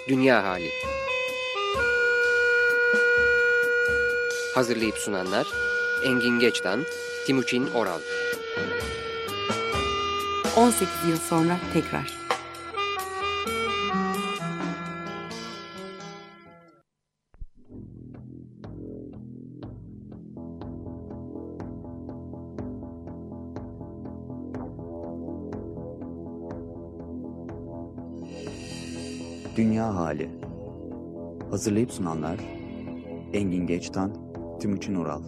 Dünya Hali. Hazırlayıp sunanlar Engin Geçtan, Timuçin Oral. 18 yıl sonra tekrar. Dünya Hali. Hazırlayıp sunanlar Engin Geçtan, Timuçin Oral.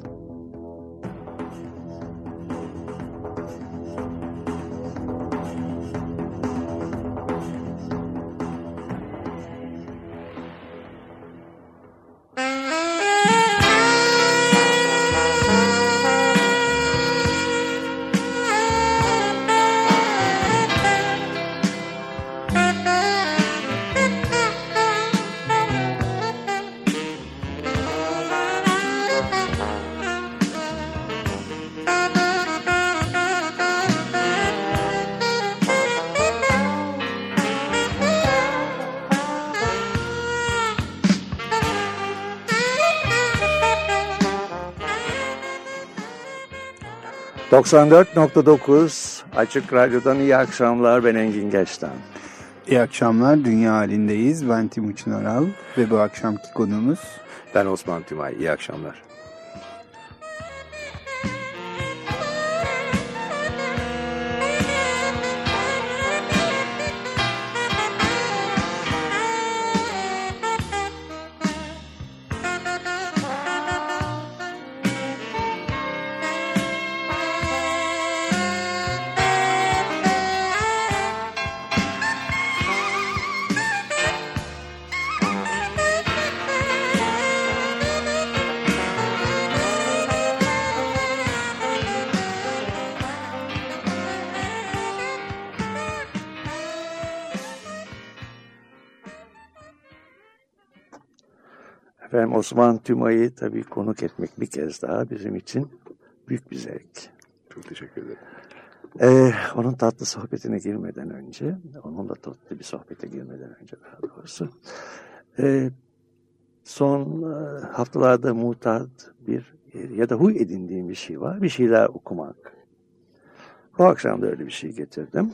...94.9 Açık Radyo'dan iyi akşamlar, ben Engin Geçtan. İyi akşamlar, Dünya Halindeyiz. Ben Timuçin Oral ve bu akşamki konuğumuz... Ben Osman Tümay, iyi akşamlar. Efendim, Osman Tümay'ı tabii konuk etmek bir kez daha bizim için büyük bir zevk. Çok teşekkür ederim. Onun tatlı sohbetine girmeden önce, onunla tatlı bir sohbete girmeden önce daha doğrusu, son haftalarda mutat bir ya da huy edindiğim bir şey var. Bir şeyler okumak. Bu akşam da öyle bir şey getirdim.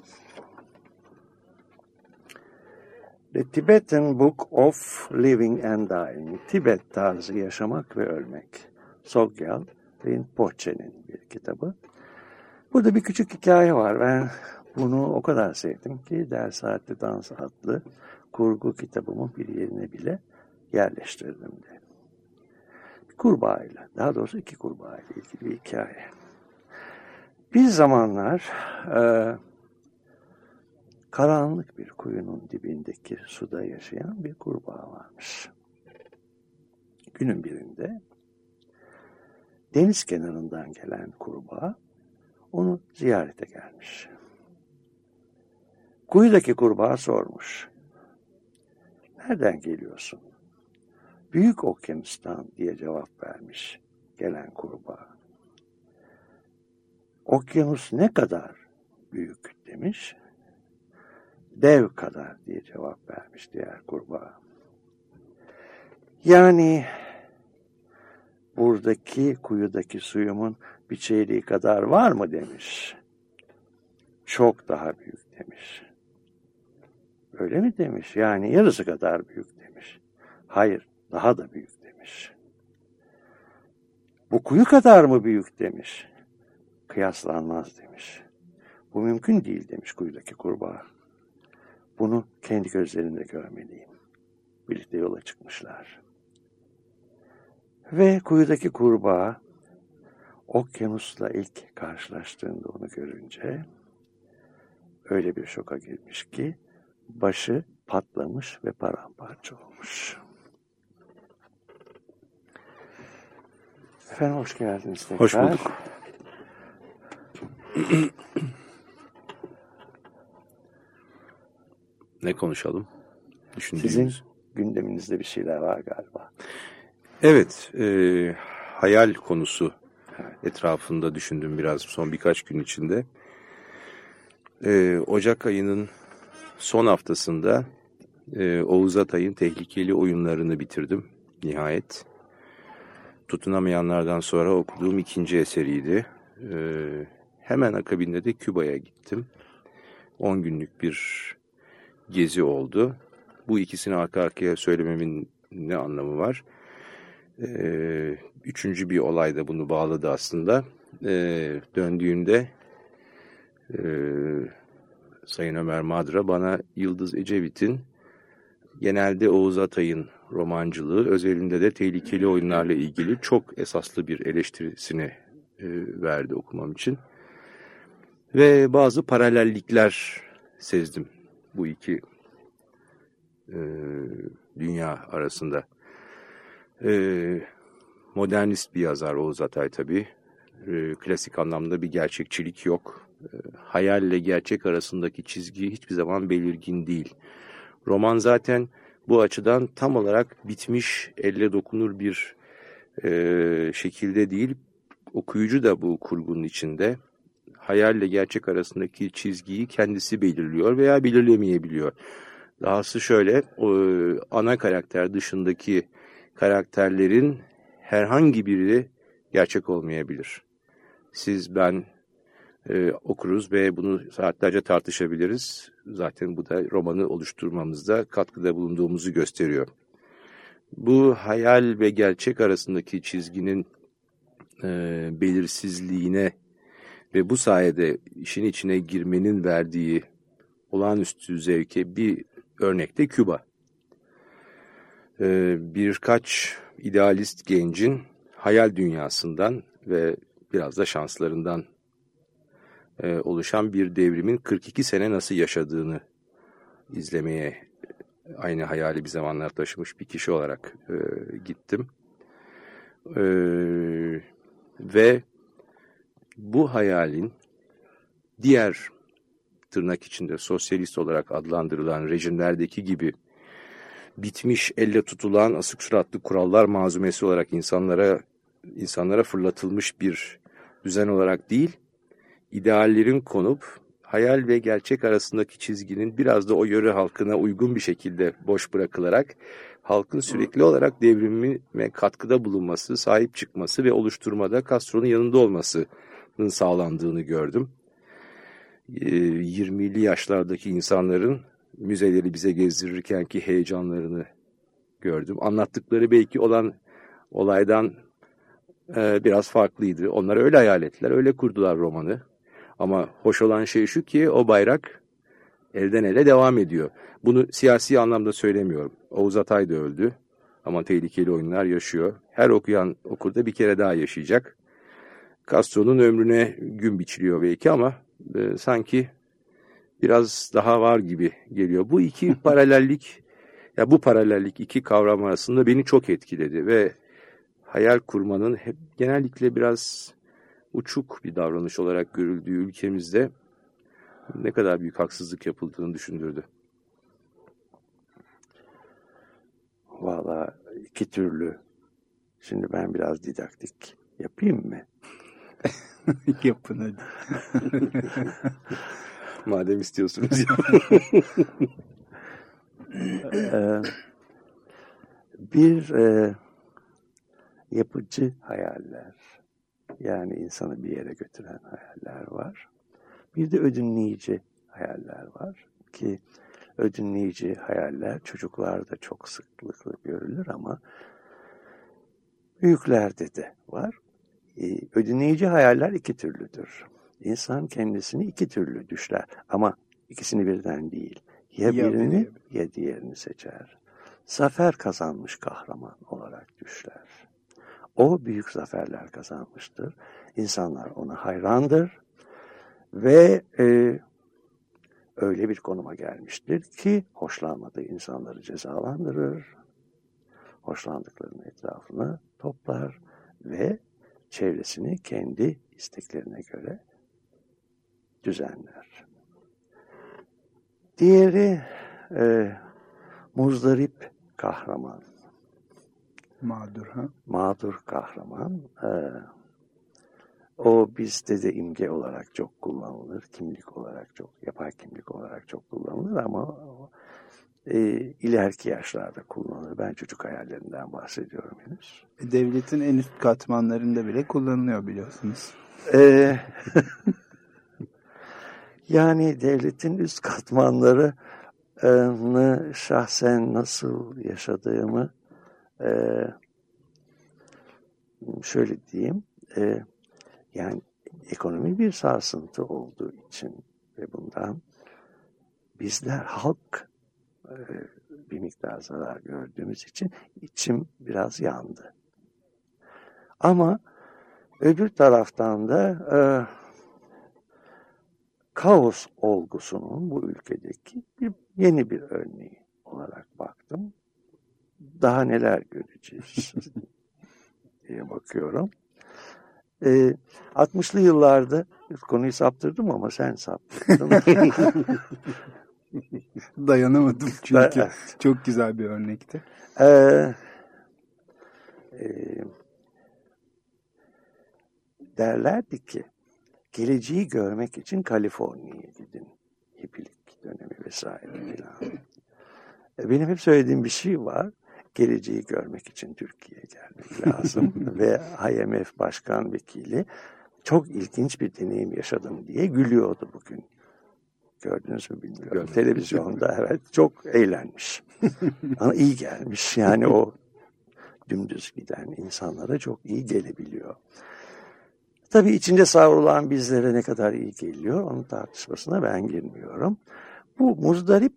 The Tibetan Book of Living and Dying. Tibet tarzı yaşamak ve ölmek. Sogyal Rinpoche'nin bir kitabı. Burada bir küçük hikaye var. Ben bunu o kadar sevdim ki Ders Saatli Dans adlı kurgu kitabımın bir yerine bile yerleştirdim de. Bir kurbağayla, daha doğrusu iki kurbağayla ilgili bir hikaye. Bir zamanlar karanlık bir kuyunun dibindeki suda yaşayan bir kurbağa varmış. Günün birinde deniz kenarından gelen kurbağa onu ziyarete gelmiş. Kuyudaki kurbağa sormuş. Nereden geliyorsun? Büyük okyanustan diye cevap vermiş gelen kurbağa. Okyanus ne kadar büyük demiş. Dev kadar diye cevap vermiş diğer kurbağa. Yani buradaki kuyudaki suyumun bir çeyreği kadar var mı demiş. Çok daha büyük demiş. Öyle mi demiş? Yani yarısı kadar büyük demiş. Hayır, daha da büyük demiş. Bu kuyu kadar mı büyük demiş. Kıyaslanmaz demiş. Bu mümkün değil demiş kuyudaki kurbağa. Bunu kendi gözlerimle görmeliyim. Birlikte yola çıkmışlar. Ve kuyudaki kurbağa okyanusla ilk karşılaştığında onu görünce öyle bir şoka girmiş ki başı patlamış ve paramparça olmuş. Efendim, hoş geldiniz tekrar. Hoş bulduk. Ne konuşalım? Sizin gündeminizde bir şeyler var galiba. Evet, hayal konusu etrafında düşündüm biraz son birkaç gün içinde. Ocak ayının son haftasında Oğuz Atay'ın Tehlikeli Oyunlarını bitirdim nihayet. Tutunamayanlardan sonra okuduğum ikinci eseriydi. Hemen akabinde de Küba'ya gittim. 10 günlük bir gezi oldu. Bu ikisini arka arkaya söylememin ne anlamı var? Üçüncü bir olay da bunu bağladı aslında. Döndüğümde Sayın Ömer Madra bana Yıldız Ecevit'in genelde Oğuz Atay'ın romancılığı, özelinde de tehlikeli oyunlarla ilgili çok esaslı bir eleştirisini verdi okumam için. Ve bazı paralellikler sezdim bu iki dünya arasında. Modernist bir yazar Oğuz Atay tabii. Klasik anlamda bir gerçekçilik yok. Hayalle gerçek arasındaki çizgi hiçbir zaman belirgin değil. Roman zaten bu açıdan tam olarak bitmiş, elle dokunur bir şekilde değil. Okuyucu da bu kurgunun içinde. Hayalle gerçek arasındaki çizgiyi kendisi belirliyor veya belirlemeyebiliyor. Dahası şöyle, ana karakter dışındaki karakterlerin herhangi biri gerçek olmayabilir. Siz, ben okuruz ve bunu saatlerce tartışabiliriz. Zaten bu da romanı oluşturmamızda katkıda bulunduğumuzu gösteriyor. Bu hayal ve gerçek arasındaki çizginin belirsizliğine ve bu sayede işin içine girmenin verdiği olağanüstü zevke bir örnekte Küba. Birkaç idealist gencin hayal dünyasından ve biraz da şanslarından oluşan bir devrimin 42 sene nasıl yaşadığını izlemeye aynı hayali bir zamanlar taşımış bir kişi olarak gittim. Ve bu hayalin diğer tırnak içinde sosyalist olarak adlandırılan rejimlerdeki gibi bitmiş, elle tutulan asık suratlı kurallar malzumesi olarak insanlara fırlatılmış bir düzen olarak değil, ideallerin konup hayal ve gerçek arasındaki çizginin biraz da o yöre halkına uygun bir şekilde boş bırakılarak halkın sürekli olarak devrimine katkıda bulunması, sahip çıkması ve oluşturmada Castro'nun yanında olmasının sağlandığını gördüm. 20'li yaşlardaki insanların müzeleri bize gezdirirken ki heyecanlarını gördüm. Anlattıkları belki olan olaydan biraz farklıydı. Onlar öyle hayal ettiler, öyle kurdular romanı. Ama hoş olan şey şu ki o bayrak elden ele devam ediyor. Bunu siyasi anlamda söylemiyorum. Oğuz Atay da öldü ama tehlikeli oyunlar yaşıyor. Her okuyan okurda bir kere daha yaşayacak. Castro'nun ömrüne gün biçiliyor belki ama sanki biraz daha var gibi geliyor. Bu iki paralellik, ya bu paralellik iki kavram arasında beni çok etkiledi ve hayal kurmanın hep genellikle biraz uçuk bir davranış olarak görüldüğü ülkemizde ne kadar büyük haksızlık yapıldığını düşündürdü. Valla iki türlü. Şimdi ben biraz didaktik yapayım mı? Yapın hadi. Madem istiyorsunuz. Bir yapıcı hayaller, yani insanı bir yere götüren hayaller var. Bir de ödünleyici hayaller var ki ödünleyici hayaller çocuklarda çok sıklıkla görülür ama büyüklerde de var. Ödünleyici hayaller iki türlüdür. İnsan kendisini iki türlü düşler ama ikisini birden değil. Ya birini ya diğerini seçer. Zafer kazanmış kahraman olarak düşler. O büyük zaferler kazanmıştır. İnsanlar ona hayrandır ve öyle bir konuma gelmiştir ki hoşlanmadığı insanları cezalandırır. Hoşlandıklarının etrafını toplar ve çevresini kendi isteklerine göre düzenler. Diğeri muzdarip kahraman. Mağdur ha? Mağdur kahraman. O bizde de imge olarak çok kullanılır. Kimlik olarak çok, yapay kimlik olarak çok kullanılır ama ileriki yaşlarda kullanılır. Ben çocuk hayallerinden bahsediyorum henüz. Devletin en üst katmanlarında bile kullanılıyor biliyorsunuz. Yani devletin üst katmanlarını şahsen nasıl yaşadığımı şöyle diyeyim. Yani ekonomi bir sarsıntı olduğu için ve bundan bizler halk bir miktar zarar gördüğümüz için içim biraz yandı. Ama öbür taraftan da kaos olgusunun bu ülkedeki yeni bir örneği olarak baktım. Daha neler göreceğiz diye bakıyorum. 60'lı yıllarda konuyu saptırdım ama sen saptırdın. Dayanamadım çünkü çok güzel bir örnekti. Derlerdi ki geleceği görmek için Kaliforniya'ya gidin. Hippilik dönemi vesaire filan. Benim hep söylediğim bir şey var. Geleceği görmek için Türkiye'ye gelmek lazım. Ve IMF Başkan Vekili çok ilginç bir deneyim yaşadım diye gülüyordu bugün. Gördünüz mü bilmiyorum. Gördüm. Televizyonda evet çok eğlenmiş. Ama iyi gelmiş. Yani o dümdüz giden insanlara çok iyi gelebiliyor. Tabii içinde savrulan bizlere ne kadar iyi geliyor onun tartışmasına ben girmiyorum. Bu muzdarip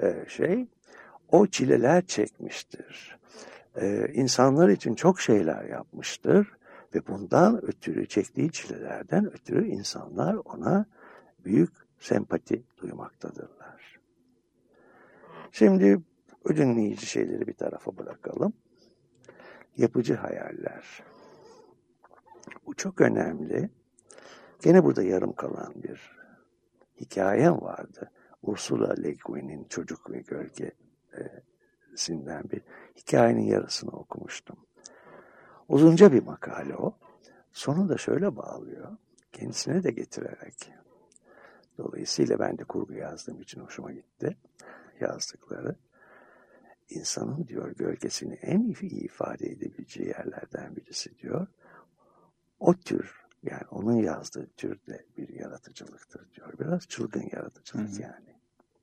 o çileler çekmiştir. İnsanlar için çok şeyler yapmıştır ve bundan ötürü çektiği çilelerden ötürü insanlar ona büyük sempati duymaktadırlar. Şimdi ödünleyici şeyleri bir tarafa bırakalım. Yapıcı hayaller. Bu çok önemli. Gene burada yarım kalan bir hikayem vardı. Ursula Le Guin'in Çocuk ve Gölgesinden bir hikayenin yarısını okumuştum. Uzunca bir makale o. Sonu da şöyle bağlıyor. Kendisine de getirerek. Dolayısıyla ben de kurgu yazdığım için hoşuma gitti. Yazdıkları. İnsanın diyor gölgesini en iyi ifade edebileceği yerlerden birisi diyor. O tür yani onun yazdığı tür de bir yaratıcılıktır diyor. Biraz çılgın yaratıcılık yani.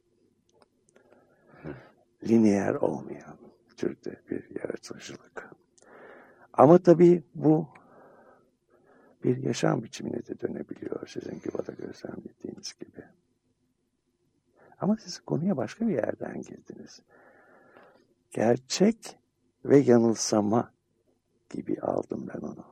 Lineer olmayan türde bir yaratıcılık. Ama tabii bu bir yaşam biçimine de dönebiliyor sizin Küba'da gözlemlediğiniz gibi. Ama siz konuya başka bir yerden girdiniz. Gerçek ve yanılsama gibi aldım ben onu.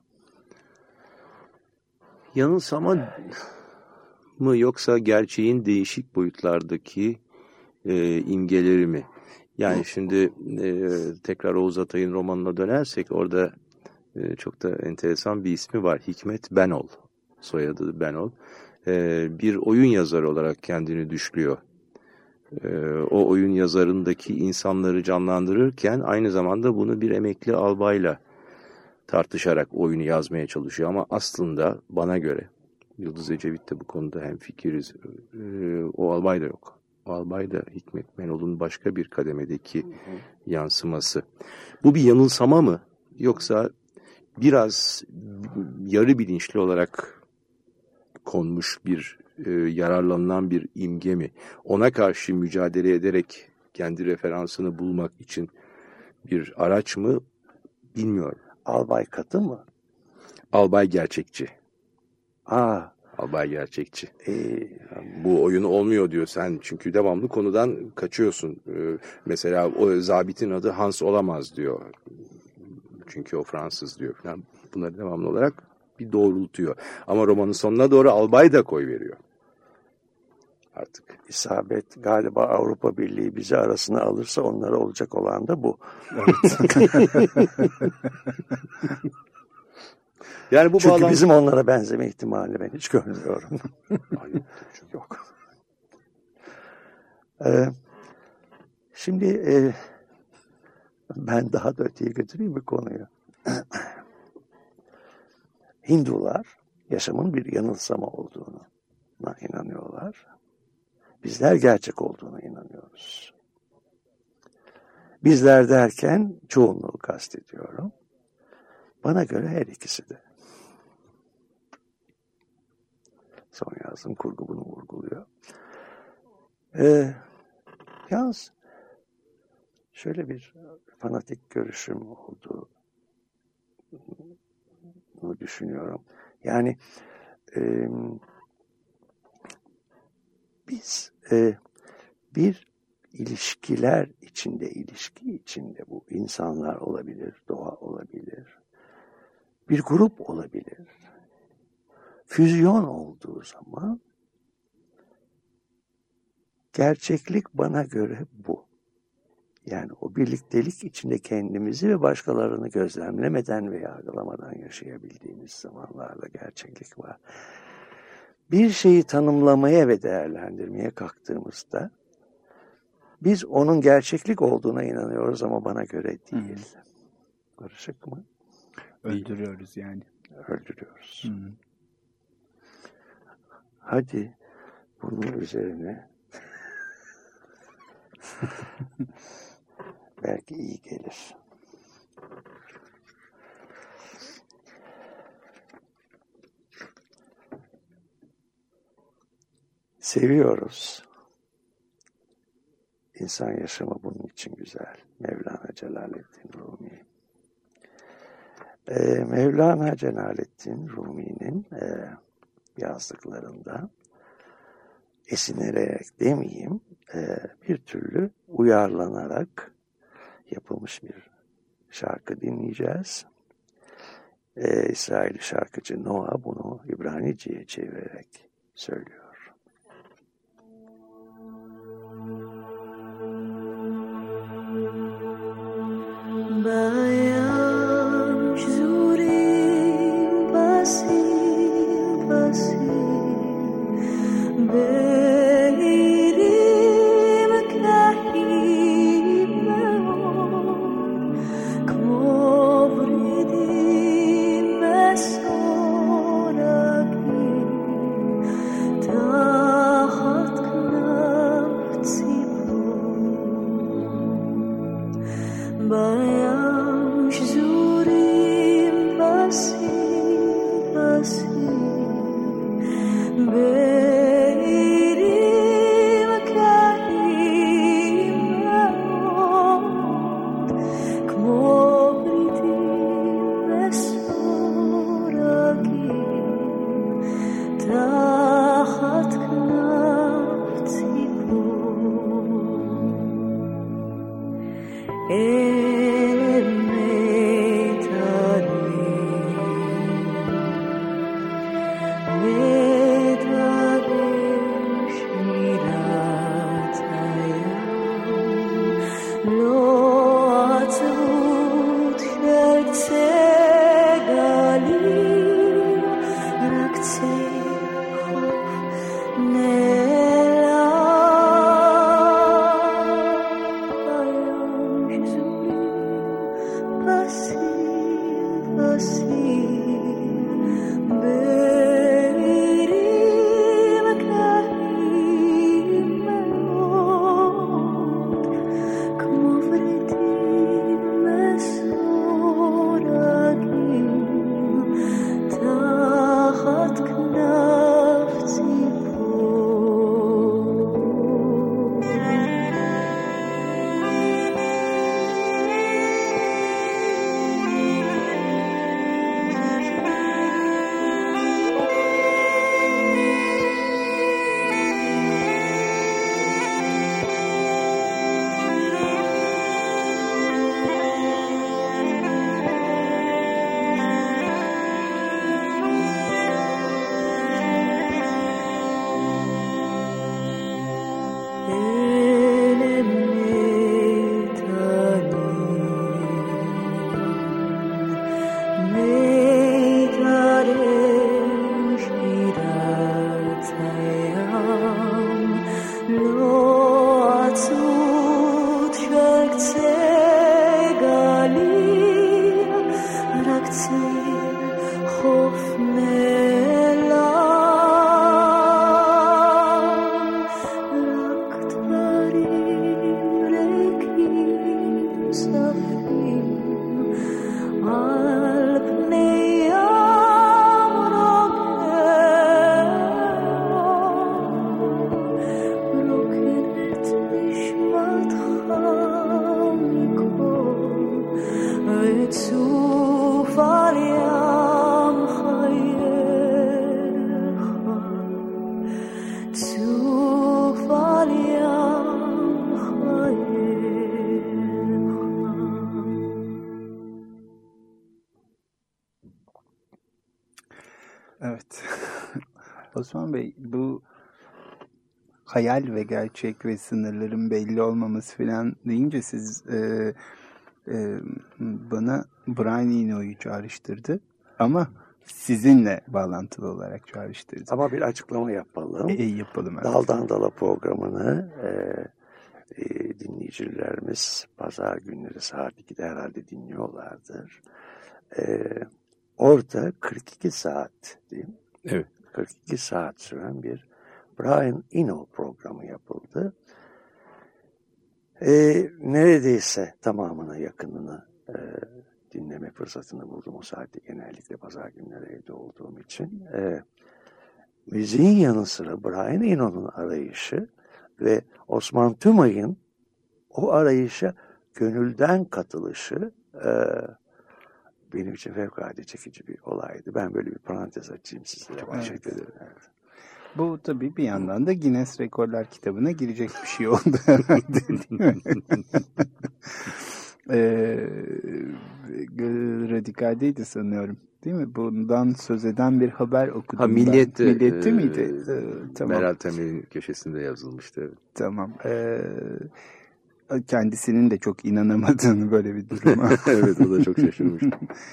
Yanılsama mı yoksa gerçeğin değişik boyutlardaki imgeleri mi? Yani şimdi tekrar Oğuz Atay'ın romanına dönersek orada çok da enteresan bir ismi var. Hikmet Benol. Soyadı Benol. Bir oyun yazarı olarak kendini düşlüyor. O oyun yazarındaki insanları canlandırırken aynı zamanda bunu bir emekli albayla tartışarak oyunu yazmaya çalışıyor. Ama aslında bana göre Yıldız Ecevit de bu konuda hemfikiriz. O albay da yok. O albay da Hikmet Benol'un başka bir kademedeki yansıması. Bu bir yanılsama mı? Yoksa biraz yarı bilinçli olarak konmuş bir yararlanılan bir imge mi? Ona karşı mücadele ederek kendi referansını bulmak için bir araç mı? Bilmiyorum. Albay katı mı? Albay gerçekçi. Albay gerçekçi. Bu oyun olmuyor diyor sen çünkü devamlı konudan kaçıyorsun. Mesela o zabitin adı Hans olamaz diyor. Çünkü o Fransız diyor falan. Bunları devamlı olarak bir doğrultuyor. Ama romanın sonuna doğru albay da koyveriyor. Artık. İsabet galiba Avrupa Birliği bizi arasına alırsa onlara olacak olan da bu. Evet. Yani bu çünkü bizim onlara benzeme ihtimalini ben hiç görmüyorum. Yok. Şimdi ben daha da öteye götüreyim bir konuyu. Hindular yaşamın bir yanılsama olduğuna inanıyorlar. Bizler gerçek olduğuna inanıyoruz. Bizler derken çoğunluğu kastediyorum. Bana göre her ikisi de. Son yazdığım kurgu bunu vurguluyor. Yalnız şöyle bir fanatik görüşüm olduğunu düşünüyorum. Yani biz bir ilişki içinde bu insanlar olabilir, doğa olabilir, bir grup olabilir. Füzyon olduğu zaman gerçeklik bana göre bu. Yani o birliktelik içinde kendimizi ve başkalarını gözlemlemeden ve yargılamadan yaşayabildiğimiz zamanlarda gerçeklik var. Bir şeyi tanımlamaya ve değerlendirmeye kalktığımızda biz onun gerçeklik olduğuna inanıyoruz ama bana göre değil. Karışık mı? Öldürüyoruz yani. Öldürüyoruz. Hadi bunun üzerine belki iyi gelir. Seviyoruz. İnsan yaşamı bunun için güzel. Mevlana Celaleddin Rumi. Mevlana Celaleddin Rumi'nin yazdıklarında esinlenerek demeyeyim, bir türlü uyarlanarak yapılmış bir şarkı dinleyeceğiz. İsrailli şarkıcı Noah bunu İbranice'ye çevirerek söylüyor. Bayam zurim pasim pasim beirim kahim kmovridim mesorakim tahat knaf tzibor bayam zurim pasim pasim beirim kahim kmovridim mesorakim tahat knaf tzibor Osman Bey, bu hayal ve gerçek ve sınırların belli olmaması falan deyince siz bana Brian Eno'yu çağrıştırdı ama sizinle bağlantılı olarak çağrıştırdı. Ama bir açıklama yapalım. Yapalım. Evet. Daldan Dala programını dinleyicilerimiz pazar günleri saat 2'de herhalde dinliyorlardır. Orada 42 saat değil mi? Evet. 42 saat süren bir Brian Eno programı yapıldı. Neredeyse tamamına yakınını dinleme fırsatını buldum o saatte, genellikle pazar günleri evde olduğum için. Müziğin yanı sıra Brian Eno'nun arayışı ve Osman Tümay'ın o arayışa gönülden katılışı benim için fevkalade çekici bir olaydı. Ben böyle bir parantez açayım sizlere. Evet. Teşekkür ederim. Evet. Bu tabii bir yandan da Guinness Rekorlar kitabına girecek bir şey oldu herhalde, değil mi? Radikal'deydi sanıyorum. Değil mi? Bundan söz eden bir haber okudum. Ha, Milliyet'te, Milliyet'te miydi? Tamam. Meral Temel'in köşesinde yazılmıştı. Evet. Tamam. Kendisinin de çok inanamadığını böyle bir duruma. Evet, o da çok şaşırmış.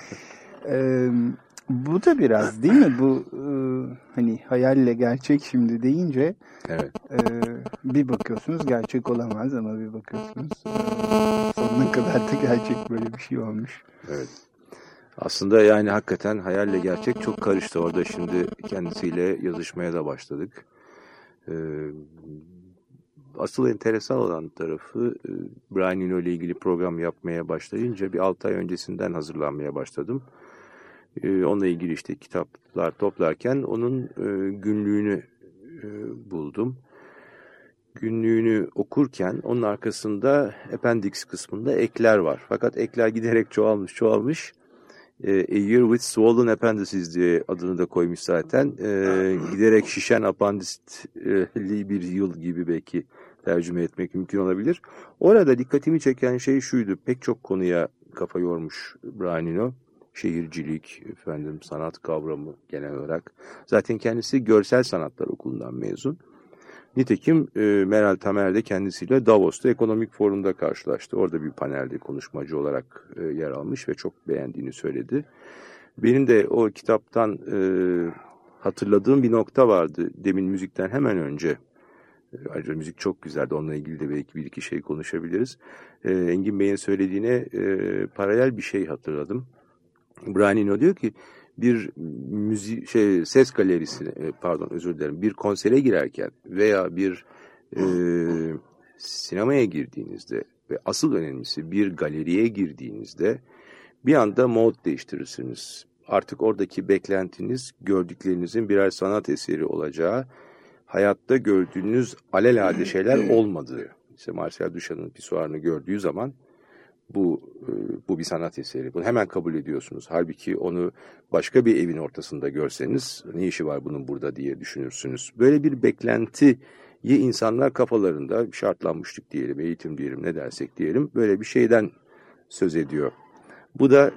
Bu da biraz değil mi? Bu hani hayalle gerçek şimdi deyince Evet. Bir bakıyorsunuz gerçek olamaz ama bir bakıyorsunuz sonuna kadar da gerçek, böyle bir şey olmuş. Evet. Aslında yani hakikaten hayalle gerçek çok karıştı. Orada şimdi kendisiyle yazışmaya da başladık. Asıl enteresan olan tarafı, Brian Eno ile ilgili program yapmaya başlayınca bir 6 ay öncesinden hazırlanmaya başladım. Onunla ilgili işte kitaplar toplarken onun günlüğünü buldum. Günlüğünü okurken onun arkasında appendix kısmında ekler var. Fakat ekler giderek çoğalmış. A Year with Swollen Appendices diye adını da koymuş zaten. Giderek şişen apandisli bir yıl gibi belki tercüme etmek mümkün olabilir. Orada dikkatimi çeken şey şuydu. Pek çok konuya kafa yormuş Brian Eno. Şehircilik, sanat kavramı genel olarak. Zaten kendisi Görsel Sanatlar Okulu'ndan mezun. Nitekim Meral Tamer de kendisiyle Davos'ta Ekonomik Forum'da karşılaştı. Orada bir panelde konuşmacı olarak yer almış ve çok beğendiğini söyledi. Benim de o kitaptan hatırladığım bir nokta vardı. Demin müzikten hemen önce. Ayrıca müzik çok güzeldi. Onunla ilgili de belki bir iki şey konuşabiliriz. Engin Bey'in söylediğine paralel bir şey hatırladım. Brian Eno diyor ki bir ses galerisine, bir konsere girerken veya bir sinemaya girdiğinizde ve asıl önemlisi bir galeriye girdiğinizde bir anda mod değiştirirsiniz. Artık oradaki beklentiniz gördüklerinizin birer sanat eseri olacağı, hayatta gördüğünüz alelade şeyler olmadığı. İşte Marcel Duchamp'ın pisuarını gördüğü zaman bu bir sanat eseri. Bunu hemen kabul ediyorsunuz. Halbuki onu başka bir evin ortasında görseniz ne işi var bunun burada diye düşünürsünüz. Böyle bir beklentiyi insanlar kafalarında, şartlanmışlık diyelim, eğitim diyelim, ne dersek diyelim, böyle bir şeyden söz ediyor. Bu da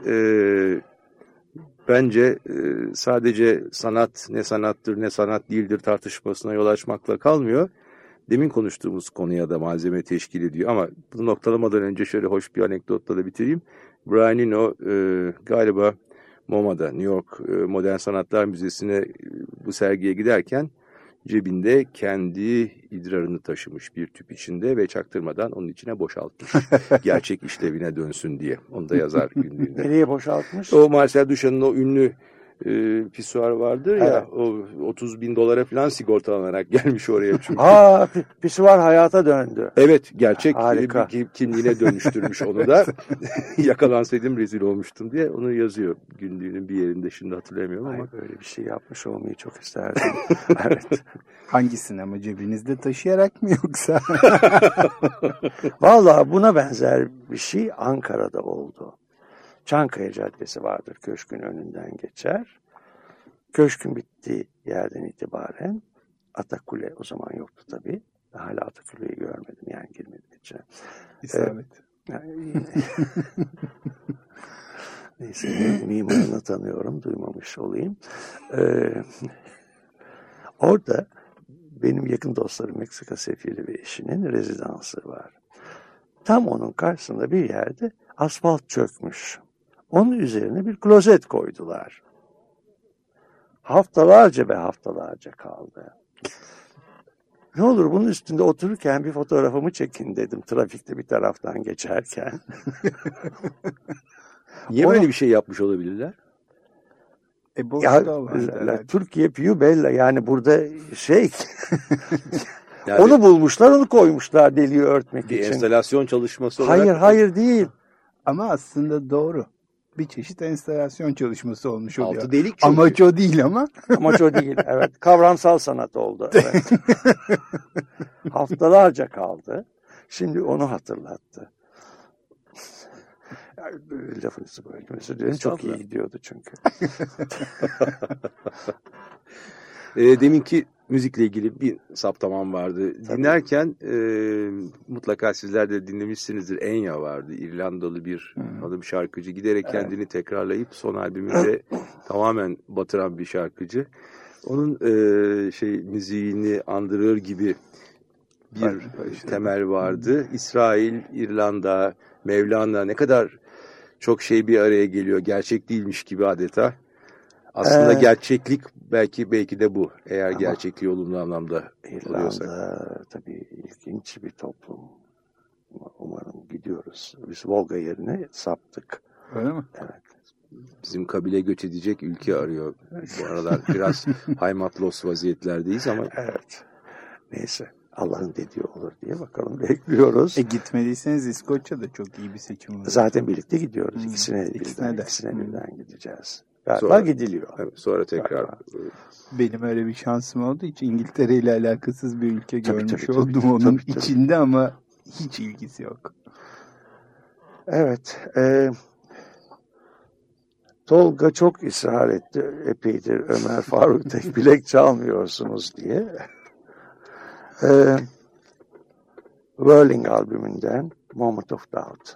bence sadece sanat ne sanattır ne sanat değildir tartışmasına yol açmakla kalmıyor. Demin konuştuğumuz konuya da malzeme teşkil ediyor. Ama bunu noktalamadan önce şöyle hoş bir anekdotla da bitireyim. Brian Eno galiba MoMA'da, New York Modern Sanatlar Müzesi'ne bu sergiye giderken cebinde kendi idrarını taşımış bir tüp içinde ve çaktırmadan onun içine boşaltmış. Gerçek işlevine dönsün diye. Onu da yazar günlüğünde. Nereye boşaltmış? O Marcel Duchamp'ın o ünlü pisuar vardır ya, evet. O $30.000 falan sigortalanarak gelmiş oraya çünkü. Pisuar hayata döndü. Evet, gerçek kimliğine dönüştürmüş onu da. Yakalansaydım rezil olmuştum diye onu yazıyor günlüğünün bir yerinde, şimdi hatırlamıyorum ama. Böyle bir şey yapmış olmayı çok isterdim. Evet. Hangisini ama cebinizde taşıyarak mı yoksa? Vallahi buna benzer bir şey Ankara'da oldu. Çankaya Caddesi vardır, köşkün önünden geçer. Köşkün bittiği yerden itibaren Atakule, o zaman yoktu tabii. Hala Atakule'yi görmedim, yani girmedim içine. İsabet. Neyse, mimarını tanıyorum, duymamış olayım. Orada benim yakın dostlarım Meksika sefiri ve eşinin rezidansı var. Tam onun karşısında bir yerde asfalt çökmüş. Onun üzerine bir klozet koydular. Haftalarca ve haftalarca kaldı. Ne olur bunun üstünde otururken bir fotoğrafımı çekin dedim trafikte bir taraftan geçerken. Niye Ona- böyle bir şey yapmış olabilirler? Boş Ya, da vardı herhalde. Türkiye più bella yani burada şey Yani onu bulmuşlar onu koymuşlar deliği örtmek bir için. enstalasyon çalışması olarak... Hayır değil. Ama aslında doğru. Bir çeşit enstalasyon çalışması olmuş oluyor. Altı delik çünkü. Amaç o değil ama. Amaç o değil. Evet. Kavramsal sanat oldu. Evet. Haftalarca kaldı. Şimdi onu hatırlattı. Yani lafınızı böldüm. Özür dilerim. Çok iyi gidiyordu çünkü. Deminki müzikle ilgili bir saptamam vardı. Tabii. Dinlerken mutlaka sizler de dinlemişsinizdir. Enya vardı. İrlandalı bir hanım şarkıcı. Giderek kendini tekrarlayıp son albümünde tamamen batıran bir şarkıcı. Onun müziğini andırır gibi bir temel vardı. İsrail, İrlanda, Mevlana ne kadar çok şey bir araya geliyor. Gerçek değilmiş gibi adeta. Aslında gerçeklik belki de bu. Eğer gerçekliği olumlu anlamda alıyorsak. İrlanda tabii ilginç bir toplum. Umarım gidiyoruz. Biz Volga yerine saptık. Öyle mi? Evet. Bizim kabile göç edecek ülke arıyor. Bu aralar biraz haymatlos vaziyetlerdeyiz ama Evet. Neyse. Allah'ın dediği olur diye bakalım bekliyoruz. Gitmediyseniz İskoçya da çok iyi bir seçim olur. Zaten birlikte gidiyoruz. İkisine İkisine birden gideceğiz. Galiba Sonra- gidiliyor. evet, sonra tekrar Benim öyle bir şansım olduğu için İngiltere ile alakasız bir ülke Tabii, görmüş tabii, oldum tabii, onun tabii. içinde ama hiç ilgisi yok. Evet. Tolga çok ısrar etti. Epeydir Ömer Faruk tek bilek çalmıyorsunuz diye. Whirling albümünden Moment of Doubt.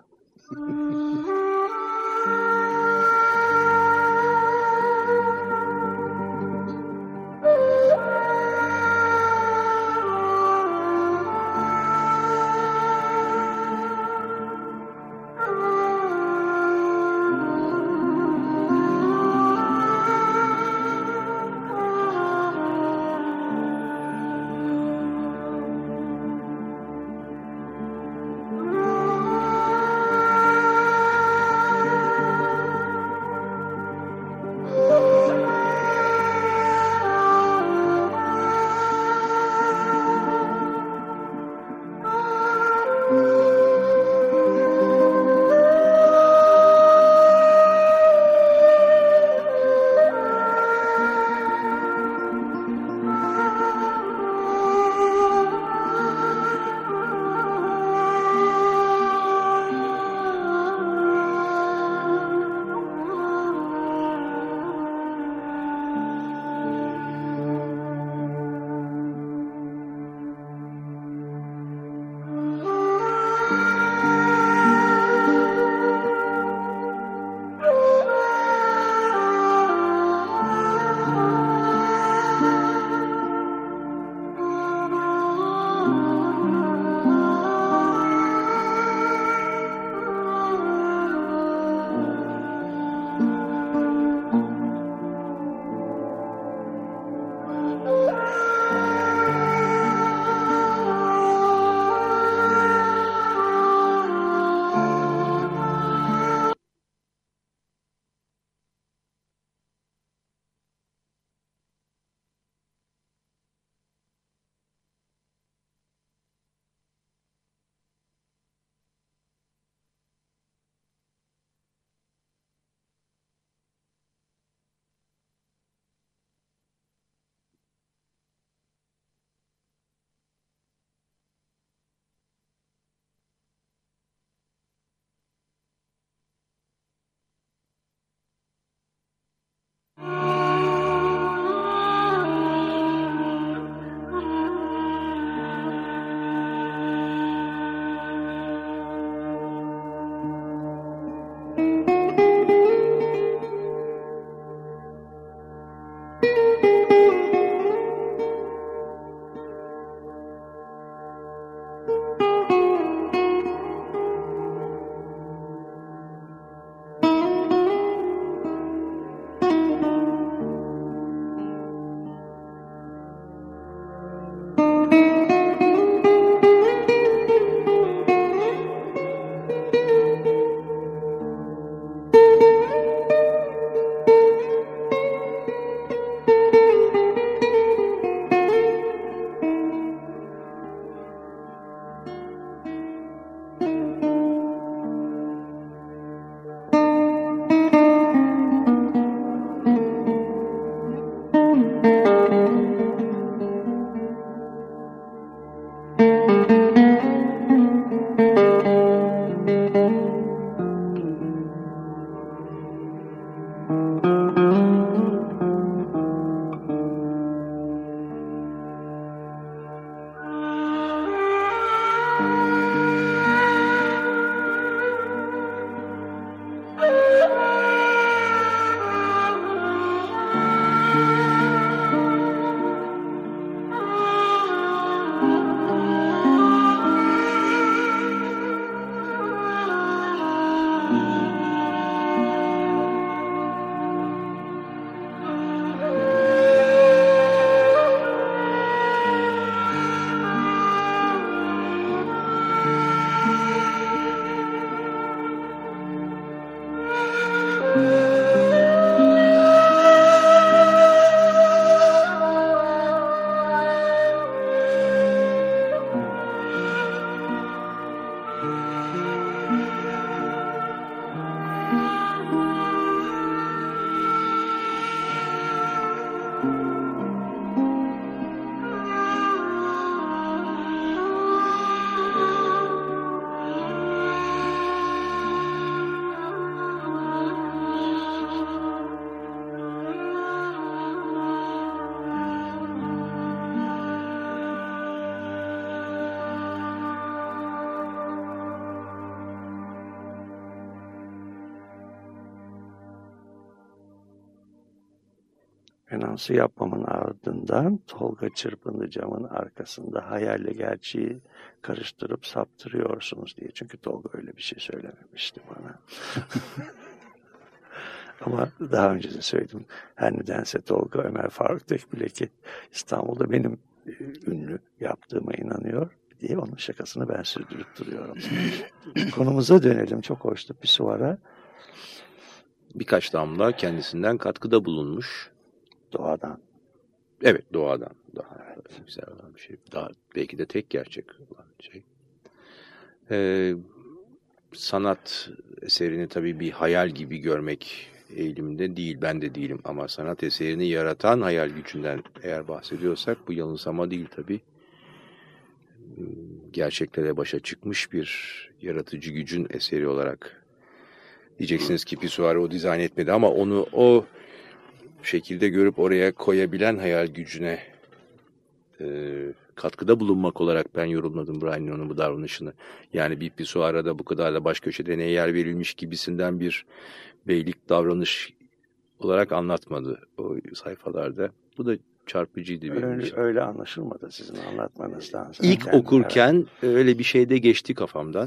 anonsu yapmamın ardından Tolga çırpındı camın arkasında, hayalle gerçeği karıştırıp saptırıyorsunuz diye. Çünkü Tolga öyle bir şey söylememişti bana. Ama daha önce de söyledim. Her nedense Tolga Ömer Faruk Tekbilek'i İstanbul'da benim ünlü yaptığıma inanıyor diye onun şakasını ben sürdürüp duruyorum. Konumuza dönelim. Çok hoştu Pisuara. Birkaç damla kendisinden katkıda bulunmuş. Doğadan. Evet, doğadan. Daha güzel olan bir şey. Daha belki de tek gerçek olan şey. Sanat eserini tabii bir hayal gibi görmek eğiliminde değil. Ben de değilim ama sanat eserini yaratan hayal gücünden eğer bahsediyorsak bu yanılsama değil tabii. Gerçeklere başa çıkmış bir yaratıcı gücün eseri olarak diyeceksiniz ki Pisuara o dizayn etmedi ama onu o şekilde görüp oraya koyabilen hayal gücüne katkıda bulunmak olarak ben yorumladım Brian Eno'nun bu davranışını. Yani bir Pisuara'da bu kadar da baş köşede neye yer verilmiş gibisinden bir beylik davranış olarak anlatmadı o sayfalarda. Bu da çarpıcıydı benim için. Öyle anlaşılmadı sizin anlatmanızdan. İlk okurken öyle bir şey de geçti kafamdan.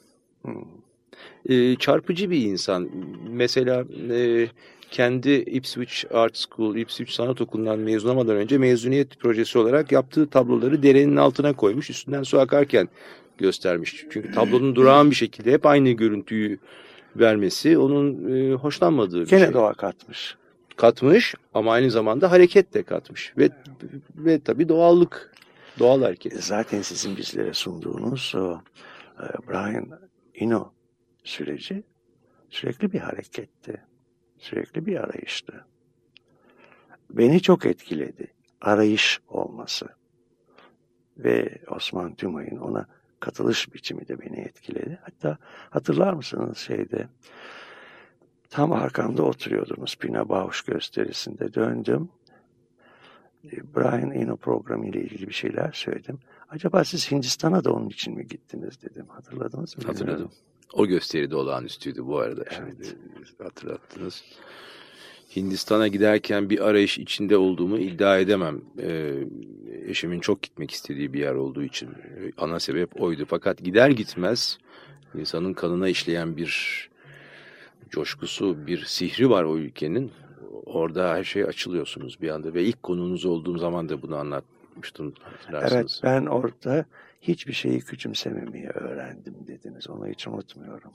Çarpıcı bir insan. Mesela kendi Ipswich Art School, Ipswich Sanat Okulu'ndan mezun olmadan önce mezuniyet projesi olarak yaptığı tabloları derenin altına koymuş. Üstünden su akarken göstermiş. Çünkü tablonun durağan bir şekilde hep aynı görüntüyü vermesi onun hoşlanmadığı bir şey. Gene doğa katmış. Katmış ama aynı zamanda hareket de katmış. Ve tabii doğallık, doğal hareket. Zaten sizin bizlere sunduğunuz o Brian Eno süreci sürekli bir hareketti. Sürekli bir arayıştı. Beni çok etkiledi. Arayış olması. Ve Osman Tümay'ın ona katılış biçimi de beni etkiledi. Hatta hatırlar mısınız tam arkamda oturuyordunuz Pina Bausch gösterisinde. Döndüm. Brian Eno programı ile ilgili bir şeyler söyledim. Acaba siz Hindistan'a da onun için mi gittiniz dedim. Hatırladınız mı? Hatırladım. O gösteri de olağanüstüydü bu arada. Evet. Şimdi hatırlattınız. Hindistan'a giderken bir arayış içinde olduğumu iddia edemem. Eşimin çok gitmek istediği bir yer olduğu için ana sebep oydu. Fakat gider gitmez insanın kanına işleyen bir coşkusu, bir sihri var o ülkenin. Orada her şey açılıyorsunuz bir anda ve ilk konunuz olduğum zaman da bunu anlatmıştım. Evet, ben orada hiçbir şeyi küçümsememeyi öğrendim dediniz. Onu hiç unutmuyorum.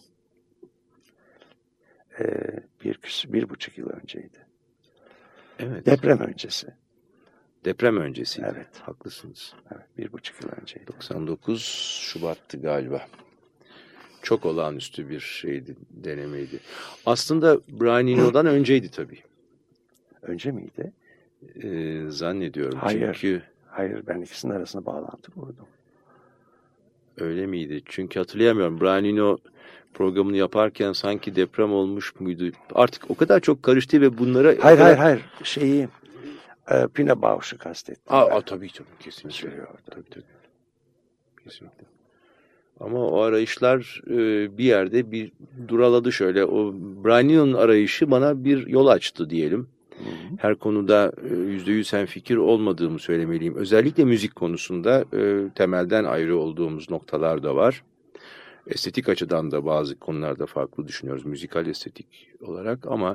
1,5 yıl önceydi. Evet. Deprem öncesi. Deprem öncesiydi. Evet. Haklısınız. Evet, 1,5 yıl önceydi. 99 Şubat'tı galiba. Çok olağanüstü bir şeydi, denemeydi. Aslında Brian Eno'dan önceydi tabii. Önce miydi? Zannediyorum. Hayır. Çünkü Hayır, ben ikisinin arasında bağlantı kurdum. öyle miydi? Çünkü hatırlayamıyorum. Brian Eno programını yaparken sanki deprem olmuş muydu? Artık o kadar çok karıştı ve bunlara... Hayır. Pina Bausch'u kastettim. Tabii kesinlikle. Söylüyordu. Tabii. Kesinlikle. Ama o arayışlar bir yerde bir duraladı şöyle. O Brian Eno'nun arayışı bana bir yol açtı diyelim. Her konuda %100 hemfikir olmadığımı söylemeliyim. Özellikle müzik konusunda temelden ayrı olduğumuz noktalar da var. Estetik açıdan da bazı konularda farklı düşünüyoruz. Müzikal estetik olarak ama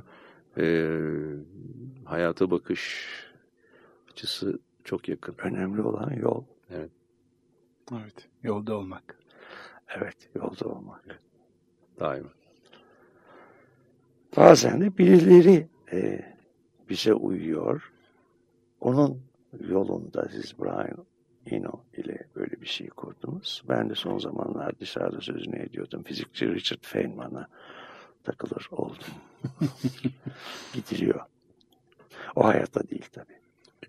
hayata bakış açısı çok yakın. Önemli olan yol. Evet. Evet, yolda olmak. Evet, yolda olmak. Daima. Bazen de birileri bize uyuyor. Onun yolunda siz Brian Eno ile böyle bir şey kurdunuz. Ben de son zamanlar dışarıda sözünü ediyordum. Fizikçi Richard Feynman'a takılır oldum. Gidiliyor. O hayatta değil tabii.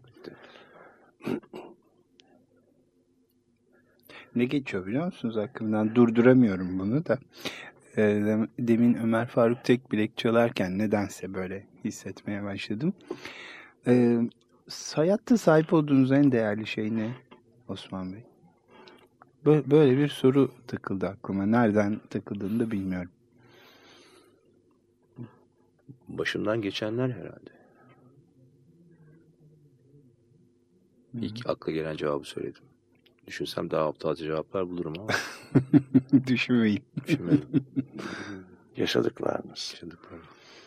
Ne geçiyor biliyor musunuz aklımdan? Durduramıyorum bunu da. Demin Ömer Faruk Tekbilek çalarken nedense böyle hissetmeye başladım. Hayatta sahip olduğunuz en değerli şey ne Osman Bey? Böyle bir soru takıldı aklıma. Nereden takıldığını da bilmiyorum. Başımdan geçenler herhalde. İlk akla gelen cevabı söyledim. Düşünsem daha aptalca cevaplar bulurum ama Düşünmeyin. düşünmedim. Yaşadıklarınız. Yaşadıklarım.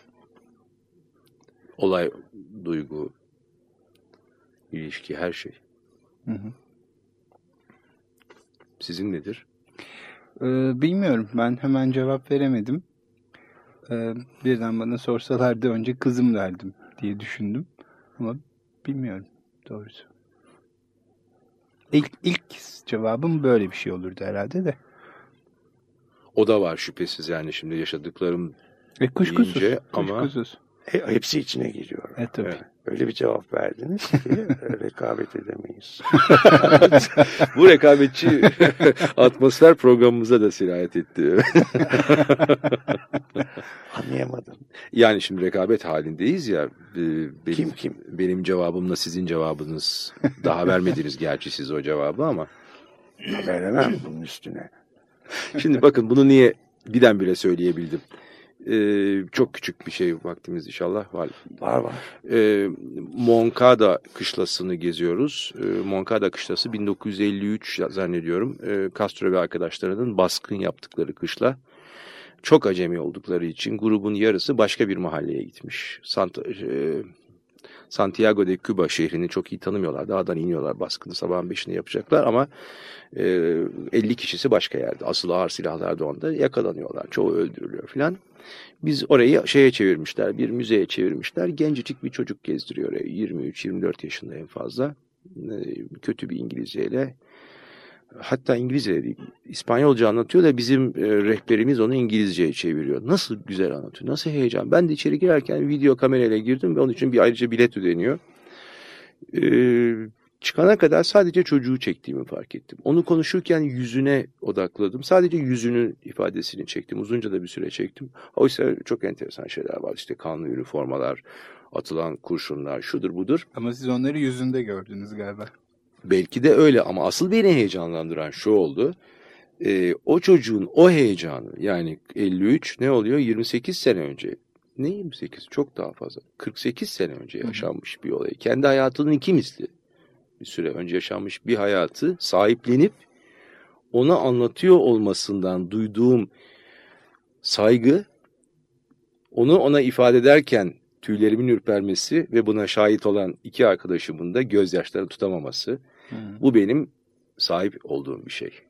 Olay, duygu, ilişki, her şey. Hı hı. Sizin nedir? Bilmiyorum. Ben hemen cevap veremedim. Birden bana sorsalardı önce kızım derdim diye düşündüm. Ama bilmiyorum doğrusu. İlk cevabım böyle bir şey olurdu herhalde de. O da var şüphesiz, yani şimdi yaşadıklarım Kuşkusuz. deyince ama Kuşkusuz. Hepsi içine giriyor. Tabii. Evet. Öyle bir cevap verdiniz ki rekabet edemeyiz. bu rekabetçi atmosfer programımıza da sirayet etti. Anlayamadım. Yani şimdi rekabet halindeyiz ya. Benim, Kim? Benim cevabımla sizin cevabınız, daha vermediniz gerçi siz o cevabı ama. Veremem bunun üstüne. Şimdi bakın bunu niye birdenbire söyleyebildim. Çok küçük bir şey, vaktimiz inşallah var. Var. Moncada kışlasını geziyoruz. Moncada kışlası 1953 zannediyorum. Castro ve arkadaşlarının baskın yaptıkları kışla. Çok acemi oldukları için grubun yarısı başka bir mahalleye gitmiş. Santiago de Cuba şehrini çok iyi tanımıyorlar. Dağdan iniyorlar, baskını sabahın 5'inde yapacaklar ama 50 kişisi başka yerde. Asıl ağır silahlar da onda, yakalanıyorlar. Çoğu öldürülüyor filan. Biz orayı şeye çevirmişler, bir müzeye çevirmişler. Gencecik bir çocuk gezdiriyor orayı. 23-24 yaşında en fazla. Kötü bir İngilizceyle. Hatta İngilizce değil, İspanyolca anlatıyor da bizim rehberimiz onu İngilizceye çeviriyor. Nasıl güzel anlatıyor, nasıl heyecan. Ben de içeri girerken video kamerayla girdim ve onun için ayrıca bilet ödeniyor. Çıkana kadar sadece çocuğu çektiğimi fark ettim. Onu konuşurken yüzüne odakladım. Sadece yüzünün ifadesini çektim. Uzunca da bir süre çektim. Oysa çok enteresan şeyler var. İşte kanlı üniformalar, atılan kurşunlar, şudur budur. Ama siz onları yüzünde gördünüz galiba. Belki de öyle ama asıl beni heyecanlandıran şu oldu. O çocuğun o heyecanı, yani 53 ne oluyor? 28 sene önce. Ne 28? Çok daha fazla. 48 sene önce yaşanmış bir olay. Kendi hayatının iki misli. Bir süre önce yaşanmış bir hayatı sahiplenip ona anlatıyor olmasından duyduğum saygı, onu ona ifade ederken tüylerimin ürpermesi ve buna şahit olan iki arkadaşımın da gözyaşlarını tutamaması. Bu benim sahip olduğum bir şey.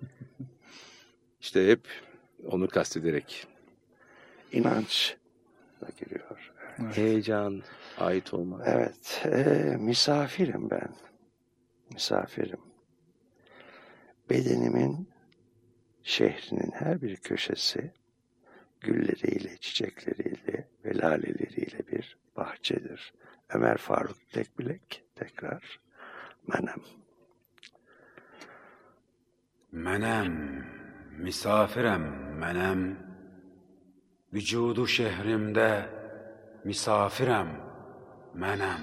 İşte hep onu kastederek. İnanç da giriyor. Heyecan, ait olmak. Evet, misafirim ben. Misafirim. Bedenimin, şehrinin her bir köşesi gülleriyle, çiçekleriyle ve laleleriyle bir bahçedir. Ömer Faruk Tekbilek tekrar. Menem. Menem, misafirem menem, vücudu şehrimde misafirem menem.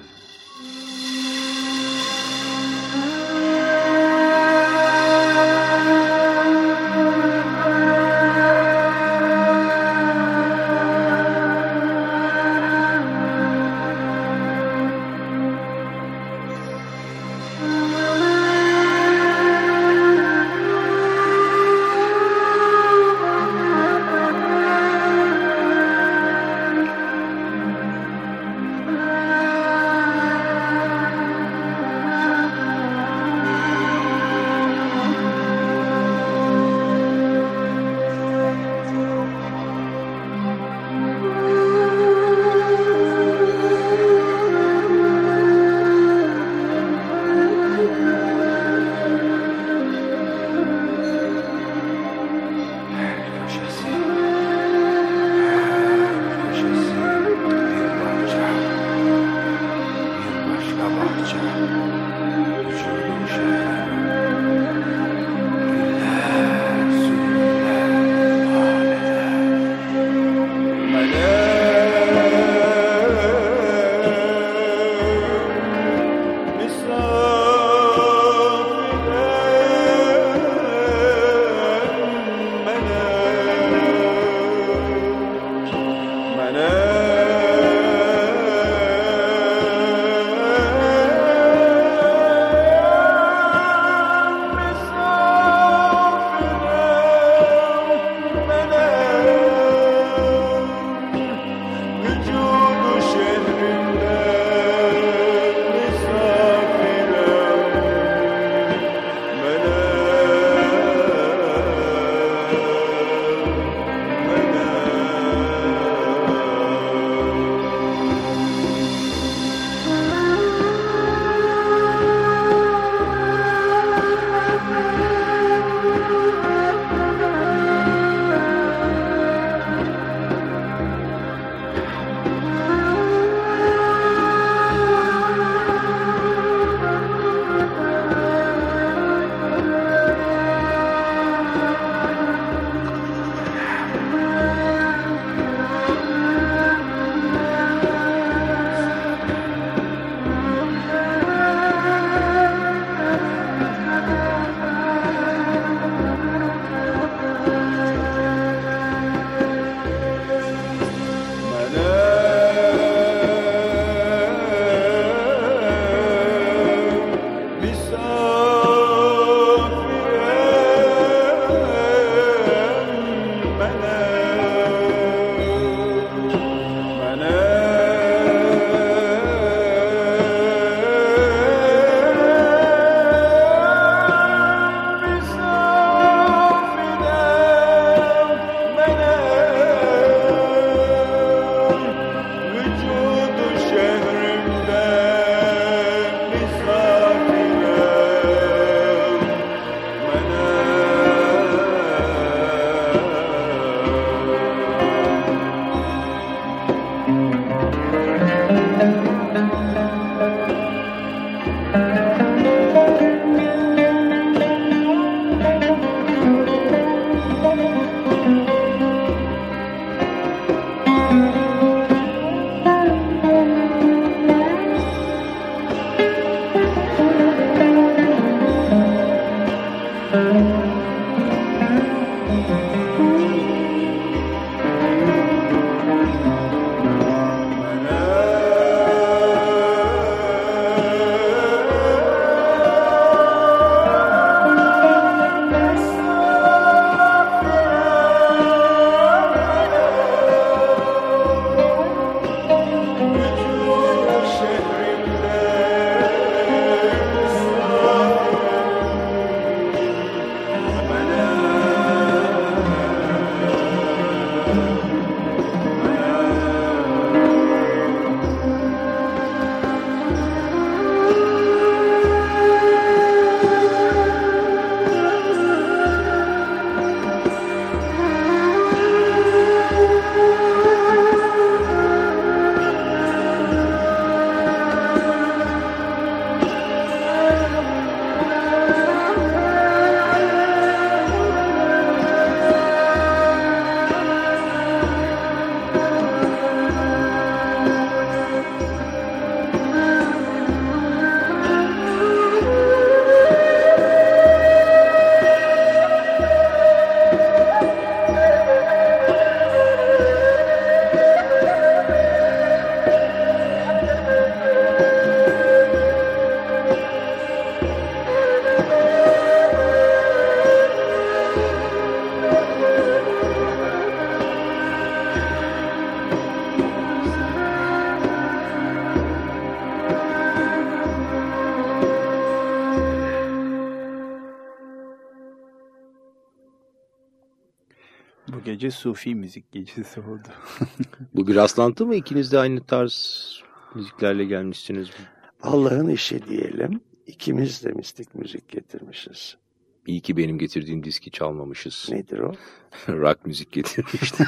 Bu gece Sufi müzik gecesi oldu. Bu bir rastlantı mı? İkiniz de aynı tarz müziklerle gelmişsiniz mi? Allah'ın işi diyelim. İkimiz de mistik müzik getirmişiz. İyi ki benim getirdiğim diski çalmamışız. Nedir o? Rock müzik getirmiştim.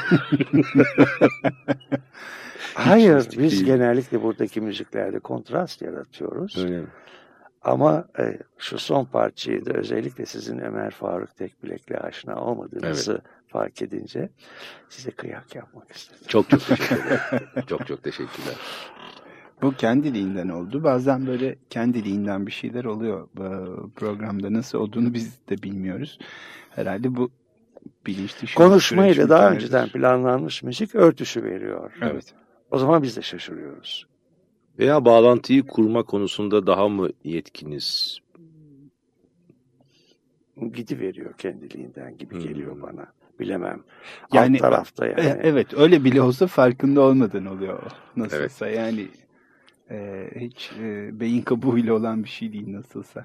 Hayır, mistik biz değil. genellikle buradaki müziklerde kontrast yaratıyoruz. Öyle mi? Ama şu son parçayı da özellikle sizin Ömer Faruk Tekbilek'le aşina olmadığınızı fark edince size kıyak yapmak istedim. Çok çok teşekkürler. Çok teşekkürler. Bu kendiliğinden oldu. Bazen böyle kendiliğinden bir şeyler oluyor. Programda nasıl olduğunu biz de bilmiyoruz. Herhalde bu bilinç dışı. Konuşmayla daha önceden planlanmış müzik örtüşü veriyor. Evet. O zaman biz de şaşırıyoruz. Veya bağlantıyı kurma konusunda daha mı yetkiniz? Gidiveriyor kendiliğinden gibi geliyor bana. Bilemem. Yani, Alt tarafta yani. Evet, öyle bile olsa farkında olmadan oluyor. Nasılsa Evet. yani hiç beyin kabuğuyla olan bir şey değil nasılsa.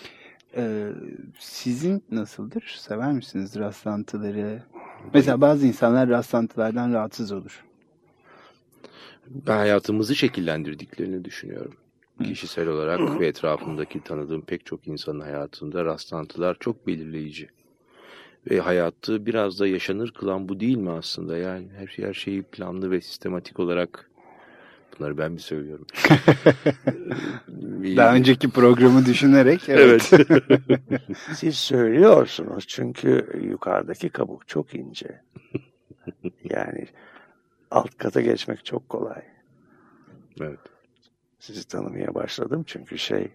Sizin nasıldır? Sever misiniz rastlantıları? Mesela bazı insanlar rastlantılardan rahatsız olur. Ben hayatımızı şekillendirdiklerini düşünüyorum. Kişisel olarak ve etrafımdaki tanıdığım pek çok insanın hayatında rastlantılar çok belirleyici. Ve hayatı biraz da yaşanır kılan bu değil mi aslında? Yani her şeyi planlı ve sistematik olarak, bunları ben mi söylüyorum? Daha önceki programı düşünerek. Evet. Siz söylüyorsunuz çünkü yukarıdaki kabuk çok ince. Yani alt kata geçmek çok kolay. Evet. Sizi tanımaya başladım çünkü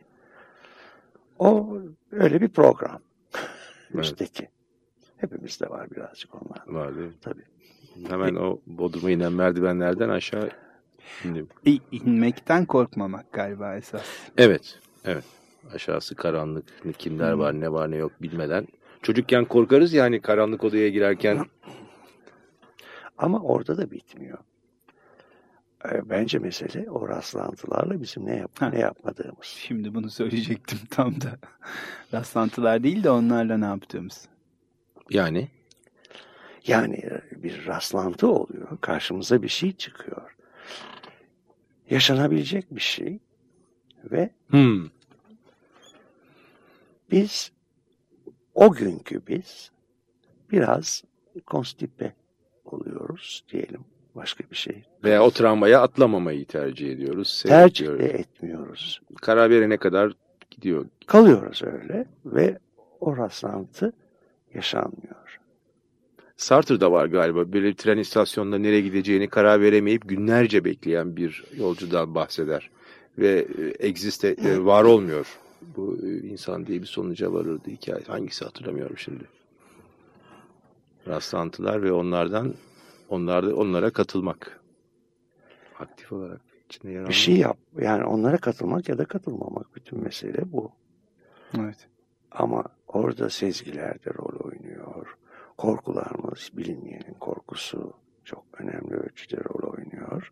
o öyle bir program. Evet. Üstteki. Hepimizde var birazcık onlar. Var değil mi? Tabii. Hemen o bodruma inen merdivenlerden aşağı indim. İnmekten korkmamak galiba esas. Evet. Aşağısı karanlık. Kimler var, ne var, ne yok bilmeden. Çocukken korkarız yani karanlık odaya girerken. Ama orada da bitmiyor. Bence mesele o rastlantılarla bizim ne yapmadığımız. Şimdi bunu söyleyecektim tam da. Rastlantılar değil de onlarla ne yaptığımız. Yani bir rastlantı oluyor. Karşımıza bir şey çıkıyor. Yaşanabilecek bir şey. Ve biz biraz konstipe oluyoruz diyelim. Başka bir şey. Veya o travmaya atlamamayı tercih ediyoruz. Tercih de etmiyoruz. Karar verene kadar gidiyor. Kalıyoruz öyle ve o rastlantı yaşanmıyor. Sartre'da var galiba. Bir tren istasyonunda nereye gideceğini karar veremeyip günlerce bekleyen bir yolcudan bahseder. Ve var olmuyor. Bu insan diye bir sonuca varırdı hikaye. Hangisi hatırlamıyorum şimdi. Rastlantılar ve onlara katılmak. Aktif olarak içinde yer almak. Bir şey yap. Yani onlara katılmak ya da katılmamak. Bütün mesele bu. Evet. Ama orada sezgiler de rol oynuyor. Korkularımız, bilinmeyenin korkusu çok önemli ölçüde rol oynuyor.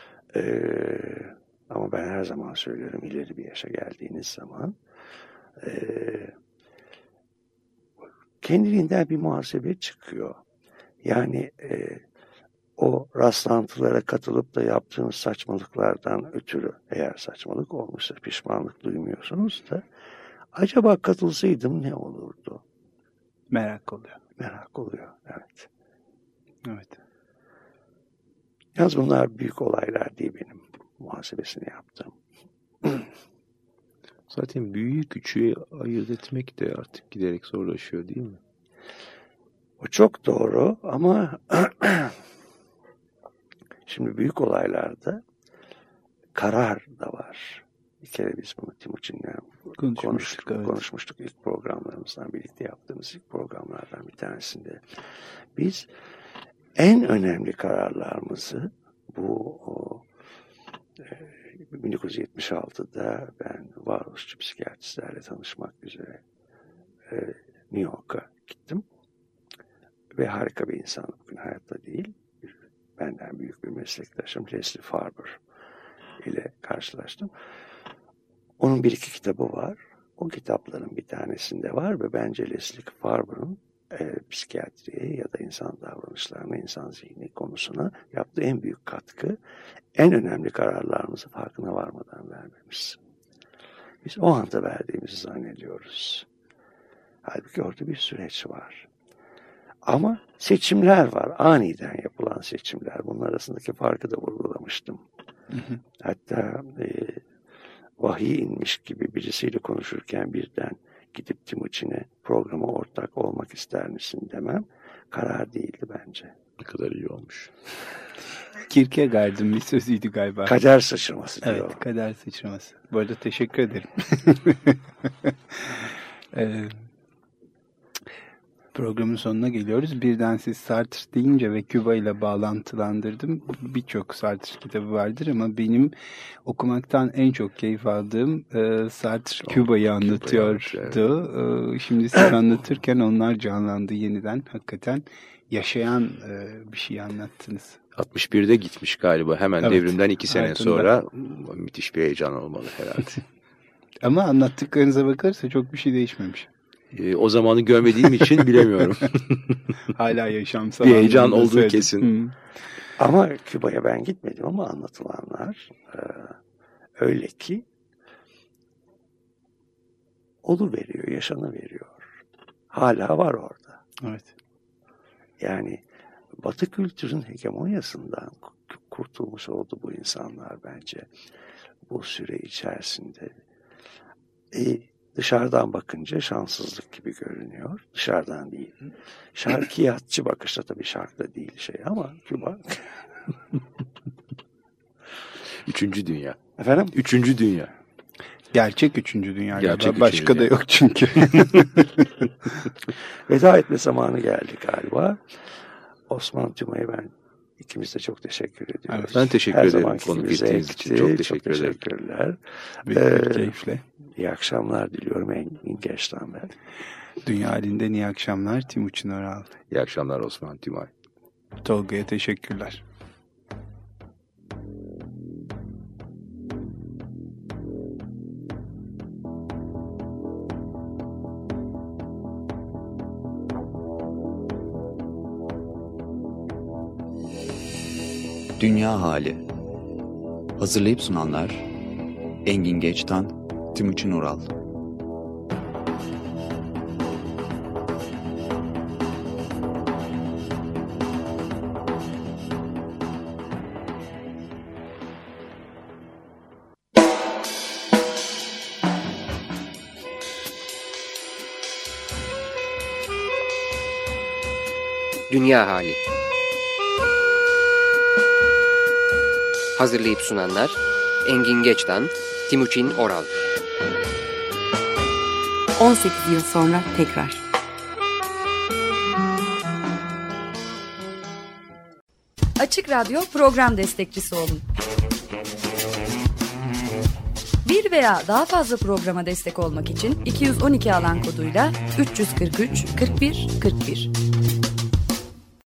Ama ben her zaman söylerim, ileri bir yaşa geldiğiniz zaman kendiliğinden bir muhasebe çıkıyor. Yani o rastlantılara katılıp da yaptığınız saçmalıklardan ötürü, eğer saçmalık olmuşsa pişmanlık duymuyorsunuz da acaba katılsaydım ne olurdu? Merak oluyor. Merak oluyor, evet. Evet. Yalnız bunlar büyük olaylar değil benim muhasebesini yaptım. Zaten büyüğü küçüğü ayırt etmek de artık giderek zorlaşıyor değil mi? O çok doğru ama şimdi büyük olaylarda karar da var. Bir kere biz bunu Timuçin'le konuşmuştuk ilk programlarımızdan, birlikte yaptığımız ilk programlardan bir tanesinde. Biz en önemli kararlarımızı 1976'da ben varoluşçu psikiyatristlerle tanışmak üzere New York'a gittim. Ve harika bir insan, bugün hayatta değil. Benden büyük bir meslektaşım Leslie Farber ile karşılaştım. Onun bir iki kitabı var. O kitapların bir tanesinde var ve bence Leslie Farber'ın psikiyatriye ya da insan davranışlarına, insan zihni konusuna yaptığı en büyük katkı, en önemli kararlarımızı farkına varmadan vermemiz. Biz o anda verdiğimizi zannediyoruz. Halbuki orada bir süreç var. Ama seçimler var. Aniden yapılan seçimler. Bunun arasındaki farkı da vurgulamıştım. Hatta vahiy inmiş gibi birisiyle konuşurken birden gidip Timuçin'e programa ortak olmak ister misin demem karar değildi bence. Ne kadar iyi olmuş. Kierkegaard'ın bir sözüydü galiba. Kader sıçraması diyor. Evet, kader sıçraması. Bu arada teşekkür ederim. Programın sonuna geliyoruz. Birden siz Sartre deyince ve Küba ile bağlantılandırdım. Birçok Sartre kitabı vardır ama benim okumaktan en çok keyif aldığım Sartre Küba'yı anlatıyordu. Evet. Şimdi siz anlatırken onlar canlandı yeniden. Hakikaten yaşayan bir şey anlattınız. 61'de gitmiş galiba. Hemen evet, devrimden 2 sene hayatında. Sonra müthiş bir heyecan olmalı herhalde. Ama anlattıklarınıza bakarsa çok bir şey değişmemiş. O zamanı görmediğim için bilemiyorum. Hala yaşamsal. Bir heyecan olduğu kesin. Ama Küba'ya ben gitmedim ama anlatılanlar öyle ki oluveriyor, yaşanıveriyor. Hala var orada. Evet. Yani Batı kültürün hegemonyasından kurtulmuş oldu bu insanlar bence bu süre içerisinde. Dışarıdan bakınca şanssızlık gibi görünüyor. Dışarıdan değil. Şarkiyatçı bakışta tabii şark da değil şey ama Küba. Üçüncü dünya. Efendim? Üçüncü dünya. Gerçek üçüncü dünya. Gerçek başka da yok çünkü. Veda etme zamanı geldi galiba. Osman Tümay'a ben ikimiz de çok teşekkür ediyoruz. Evet, ben teşekkür ederim konuk ettiğiniz için. Çok teşekkürler. Büyük keyifle. İyi akşamlar diliyorum Engin Geç'ten ben. Dünya halinden iyi akşamlar Timuçin Oral. İyi akşamlar Osman Tümay. Tolga'ya teşekkürler. Dünya Hali. Hazırlayıp sunanlar Engin Geç'ten Timuçin Oral. Dünya Hali. Hazırlayıp sunanlar Engin Geç'ten Timuçin Oral. 18 yıl sonra tekrar. Açık Radyo program destekçisi olun. Bir veya daha fazla programa destek olmak için 212 alan koduyla 343 41 41.